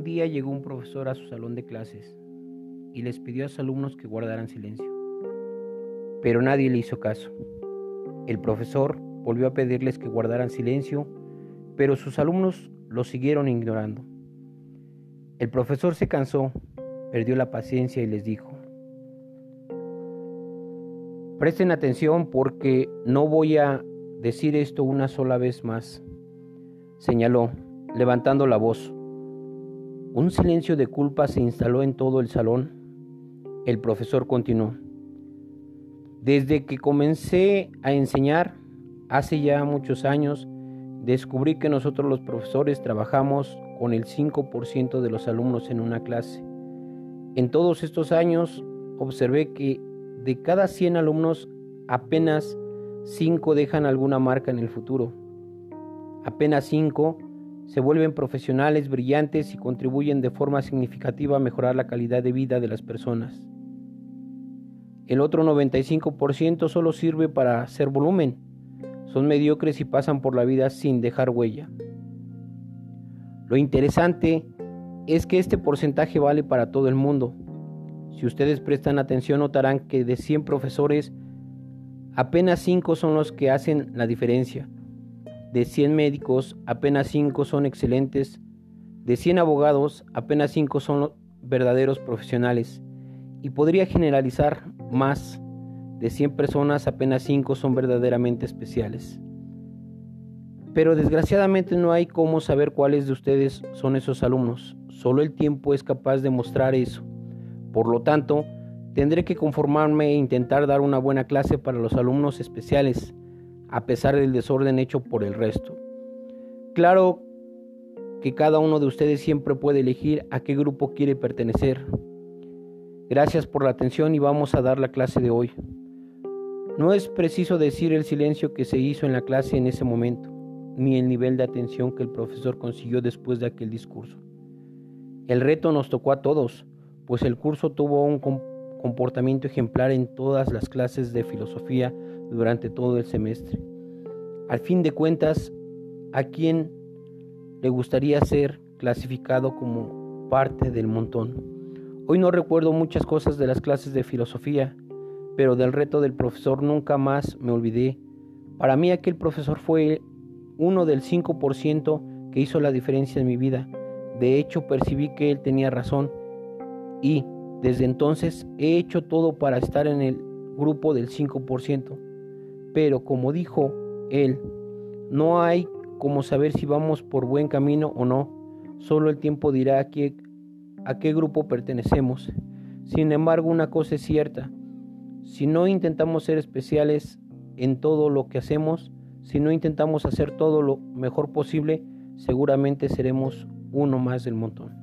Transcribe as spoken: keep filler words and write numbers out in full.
Un día llegó un profesor a su salón de clases y les pidió a sus alumnos que guardaran silencio. Pero nadie le hizo caso. El profesor volvió a pedirles que guardaran silencio, pero sus alumnos lo siguieron ignorando. El profesor se cansó, perdió la paciencia y les dijo: presten atención porque no voy a decir esto una sola vez más, señaló, levantando la voz. Un silencio de culpa se instaló en todo el salón. El profesor continuó: desde que comencé a enseñar, hace ya muchos años, descubrí que nosotros los profesores trabajamos con el cinco por ciento de los alumnos en una clase. En todos estos años observé que de cada cien alumnos, apenas cinco dejan alguna marca en el futuro. Apenas cinco se vuelven profesionales brillantes y contribuyen de forma significativa a mejorar la calidad de vida de las personas. El otro noventa y cinco por ciento solo sirve para hacer volumen. Son mediocres y pasan por la vida sin dejar huella. Lo interesante es que este porcentaje vale para todo el mundo. Si ustedes prestan atención, notarán que de cien profesores, apenas cinco son los que hacen la diferencia. De cien médicos, apenas cinco son excelentes. De cien abogados, apenas cinco son los verdaderos profesionales. Y podría generalizar más. De cien personas, apenas cinco son verdaderamente especiales. Pero desgraciadamente no hay cómo saber cuáles de ustedes son esos alumnos. Solo el tiempo es capaz de mostrar eso. Por lo tanto, tendré que conformarme e intentar dar una buena clase para los alumnos especiales, a pesar del desorden hecho por el resto. Claro que cada uno de ustedes siempre puede elegir a qué grupo quiere pertenecer. Gracias por la atención y vamos a dar la clase de hoy. No es preciso decir el silencio que se hizo en la clase en ese momento, ni el nivel de atención que el profesor consiguió después de aquel discurso. El reto nos tocó a todos, pues el curso tuvo un comportamiento ejemplar en todas las clases de filosofía durante todo el semestre. Al fin de cuentas, ¿a quién le gustaría ser clasificado como parte del montón? Hoy no recuerdo muchas cosas de las clases de filosofía, pero del reto del profesor nunca más me olvidé. Para mí aquel profesor fue uno del cinco por ciento que hizo la diferencia en mi vida. De hecho, percibí que él tenía razón y desde entonces he hecho todo para estar en el grupo del cinco por ciento. Pero como dijo él, no hay como saber si vamos por buen camino o no. Solo el tiempo dirá a qué, a qué grupo pertenecemos. Sin embargo, una cosa es cierta. Si no intentamos ser especiales en todo lo que hacemos, si no intentamos hacer todo lo mejor posible, seguramente seremos uno más del montón.